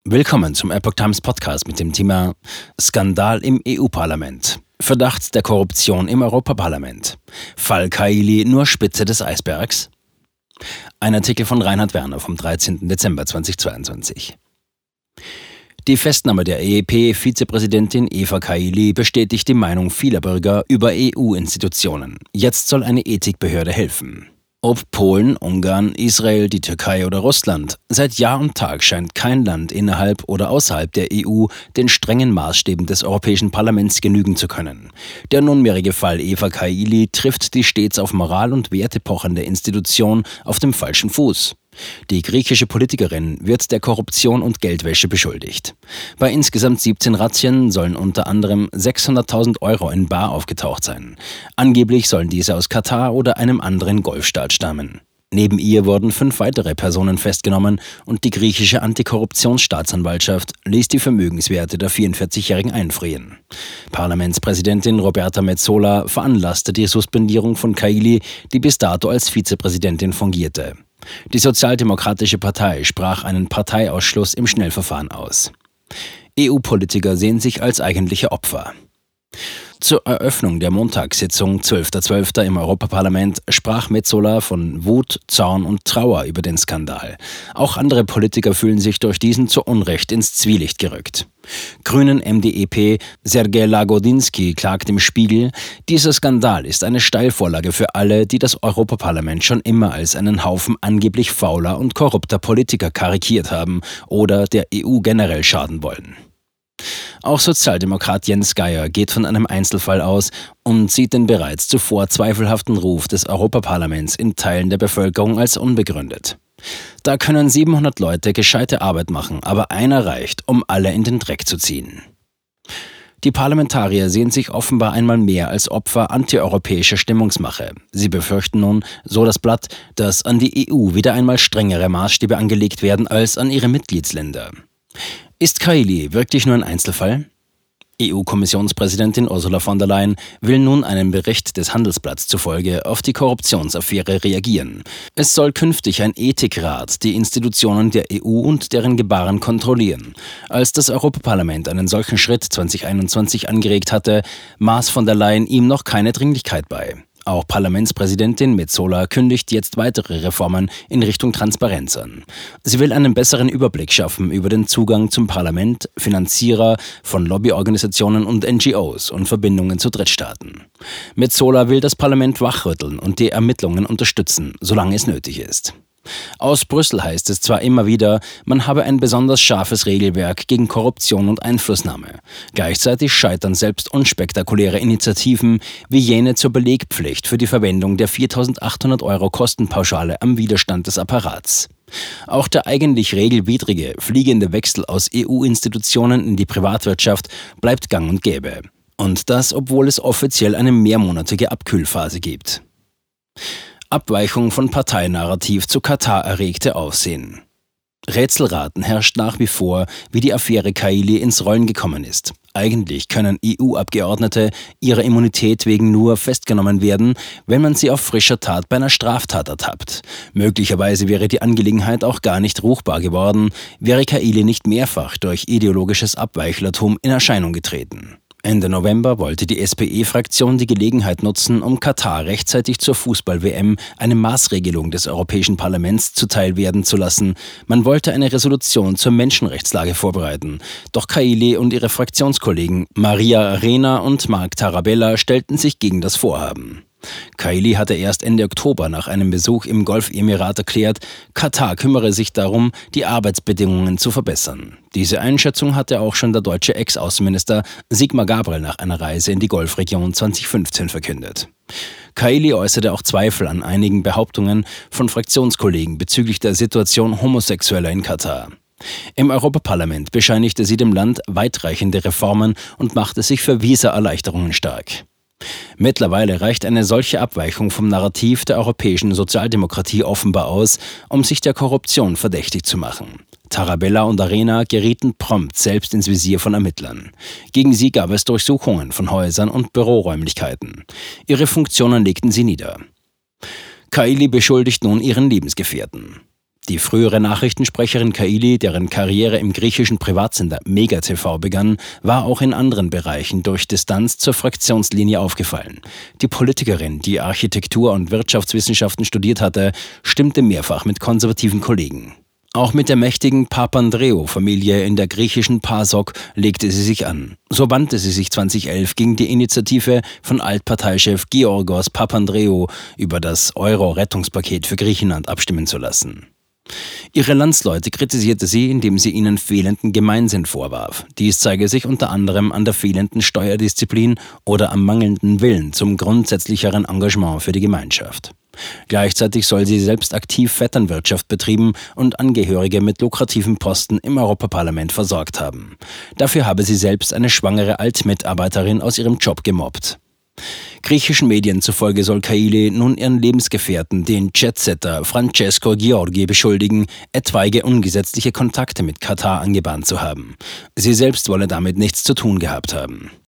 Willkommen zum Epoch Times Podcast mit dem Thema Skandal im EU-Parlament. Verdacht der Korruption im Europaparlament. Fall Kaili nur Spitze des Eisbergs? Ein Artikel von Reinhard Werner vom 13. Dezember 2022. Die Festnahme der EP-Vizepräsidentin Eva Kaili bestätigt die Meinung vieler Bürger über EU-Institutionen. Jetzt soll eine Ethikbehörde helfen. Ob Polen, Ungarn, Israel, die Türkei oder Russland, seit Jahr und Tag scheint kein Land innerhalb oder außerhalb der EU den strengen Maßstäben des Europäischen Parlaments genügen zu können. Der nunmehrige Fall Eva Kaili trifft die stets auf Moral und Werte pochende Institution auf dem falschen Fuß. Die griechische Politikerin wird der Korruption und Geldwäsche beschuldigt. Bei insgesamt 17 Razzien sollen unter anderem 600.000 Euro in bar aufgetaucht sein. Angeblich sollen diese aus Katar oder einem anderen Golfstaat stammen. Neben ihr wurden 5 weitere Personen festgenommen und die griechische Antikorruptionsstaatsanwaltschaft ließ die Vermögenswerte der 44-Jährigen einfrieren. Parlamentspräsidentin Roberta Metsola veranlasste die Suspendierung von Kaili, die bis dato als Vizepräsidentin fungierte. Die Sozialdemokratische Partei sprach einen Parteiausschluss im Schnellverfahren aus. EU-Politiker sehen sich als eigentliche Opfer. Zur Eröffnung der Montagssitzung 12.12. im Europaparlament sprach Metsola von Wut, Zorn und Trauer über den Skandal. Auch andere Politiker fühlen sich durch diesen zu Unrecht ins Zwielicht gerückt. Grünen MdEP Sergej Lagodinsky klagt im Spiegel, dieser Skandal ist eine Steilvorlage für alle, die das Europaparlament schon immer als einen Haufen angeblich fauler und korrupter Politiker karikiert haben oder der EU generell schaden wollen. Auch Sozialdemokrat Jens Geier geht von einem Einzelfall aus und sieht den bereits zuvor zweifelhaften Ruf des Europaparlaments in Teilen der Bevölkerung als unbegründet. Da können 700 Leute gescheite Arbeit machen, aber einer reicht, um alle in den Dreck zu ziehen. Die Parlamentarier sehen sich offenbar einmal mehr als Opfer antieuropäischer Stimmungsmache. Sie befürchten nun, so das Blatt, dass an die EU wieder einmal strengere Maßstäbe angelegt werden als an ihre Mitgliedsländer. Ist Kaili wirklich nur ein Einzelfall? EU-Kommissionspräsidentin Ursula von der Leyen will nun einem Bericht des Handelsblatts zufolge auf die Korruptionsaffäre reagieren. Es soll künftig ein Ethikrat die Institutionen der EU und deren Gebaren kontrollieren. Als das Europaparlament einen solchen Schritt 2021 angeregt hatte, maß von der Leyen ihm noch keine Dringlichkeit bei. Auch Parlamentspräsidentin Metsola kündigt jetzt weitere Reformen in Richtung Transparenz an. Sie will einen besseren Überblick schaffen über den Zugang zum Parlament, Finanzierer von Lobbyorganisationen und NGOs und Verbindungen zu Drittstaaten. Metsola will das Parlament wachrütteln und die Ermittlungen unterstützen, solange es nötig ist. Aus Brüssel heißt es zwar immer wieder, man habe ein besonders scharfes Regelwerk gegen Korruption und Einflussnahme. Gleichzeitig scheitern selbst unspektakuläre Initiativen wie jene zur Belegpflicht für die Verwendung der 4.800 Euro Kostenpauschale am Widerstand des Apparats. Auch der eigentlich regelwidrige, fliegende Wechsel aus EU-Institutionen in die Privatwirtschaft bleibt gang und gäbe. Und das, obwohl es offiziell eine mehrmonatige Abkühlphase gibt. Abweichung von Parteinarrativ zu Katar erregte Aufsehen. Rätselraten herrscht nach wie vor, wie die Affäre Kaili ins Rollen gekommen ist. Eigentlich können EU-Abgeordnete ihrer Immunität wegen nur festgenommen werden, wenn man sie auf frischer Tat bei einer Straftat ertappt. Möglicherweise wäre die Angelegenheit auch gar nicht ruchbar geworden, wäre Kaili nicht mehrfach durch ideologisches Abweichlertum in Erscheinung getreten. Ende November wollte die SPE-Fraktion die Gelegenheit nutzen, um Katar rechtzeitig zur Fußball-WM eine Maßregelung des Europäischen Parlaments zuteilwerden zu lassen. Man wollte eine Resolution zur Menschenrechtslage vorbereiten. Doch Kaili und ihre Fraktionskollegen Maria Arena und Marc Tarabella stellten sich gegen das Vorhaben. Kaili hatte erst Ende Oktober nach einem Besuch im Golfemirat erklärt, Katar kümmere sich darum, die Arbeitsbedingungen zu verbessern. Diese Einschätzung hatte auch schon der deutsche Ex-Außenminister Sigmar Gabriel nach einer Reise in die Golfregion 2015 verkündet. Kaili äußerte auch Zweifel an einigen Behauptungen von Fraktionskollegen bezüglich der Situation Homosexueller in Katar. Im Europaparlament bescheinigte sie dem Land weitreichende Reformen und machte sich für Visa-Erleichterungen stark. Mittlerweile reicht eine solche Abweichung vom Narrativ der europäischen Sozialdemokratie offenbar aus, um sich der Korruption verdächtig zu machen. Tarabella und Arena gerieten prompt selbst ins Visier von Ermittlern. Gegen sie gab es Durchsuchungen von Häusern und Büroräumlichkeiten. Ihre Funktionen legten sie nieder. Kaili beschuldigt nun ihren Lebensgefährten. Die frühere Nachrichtensprecherin Kaili, deren Karriere im griechischen Privatsender Mega TV begann, war auch in anderen Bereichen durch Distanz zur Fraktionslinie aufgefallen. Die Politikerin, die Architektur- und Wirtschaftswissenschaften studiert hatte, stimmte mehrfach mit konservativen Kollegen. Auch mit der mächtigen Papandreou-Familie in der griechischen PASOK legte sie sich an. So wandte sie sich 2011 gegen die Initiative von Altparteichef Georgos Papandreou, über das Euro-Rettungspaket für Griechenland abstimmen zu lassen. Ihre Landsleute kritisierte sie, indem sie ihnen fehlenden Gemeinsinn vorwarf. Dies zeige sich unter anderem an der fehlenden Steuerdisziplin oder am mangelnden Willen zum grundsätzlicheren Engagement für die Gemeinschaft. Gleichzeitig soll sie selbst aktiv Vetternwirtschaft betrieben und Angehörige mit lukrativen Posten im Europaparlament versorgt haben. Dafür habe sie selbst eine schwangere Altmitarbeiterin aus ihrem Job gemobbt. Griechischen Medien zufolge soll Kaili nun ihren Lebensgefährten, den Jetsetter Francesco Giorgi, beschuldigen, etwaige ungesetzliche Kontakte mit Katar angebahnt zu haben. Sie selbst wolle damit nichts zu tun gehabt haben.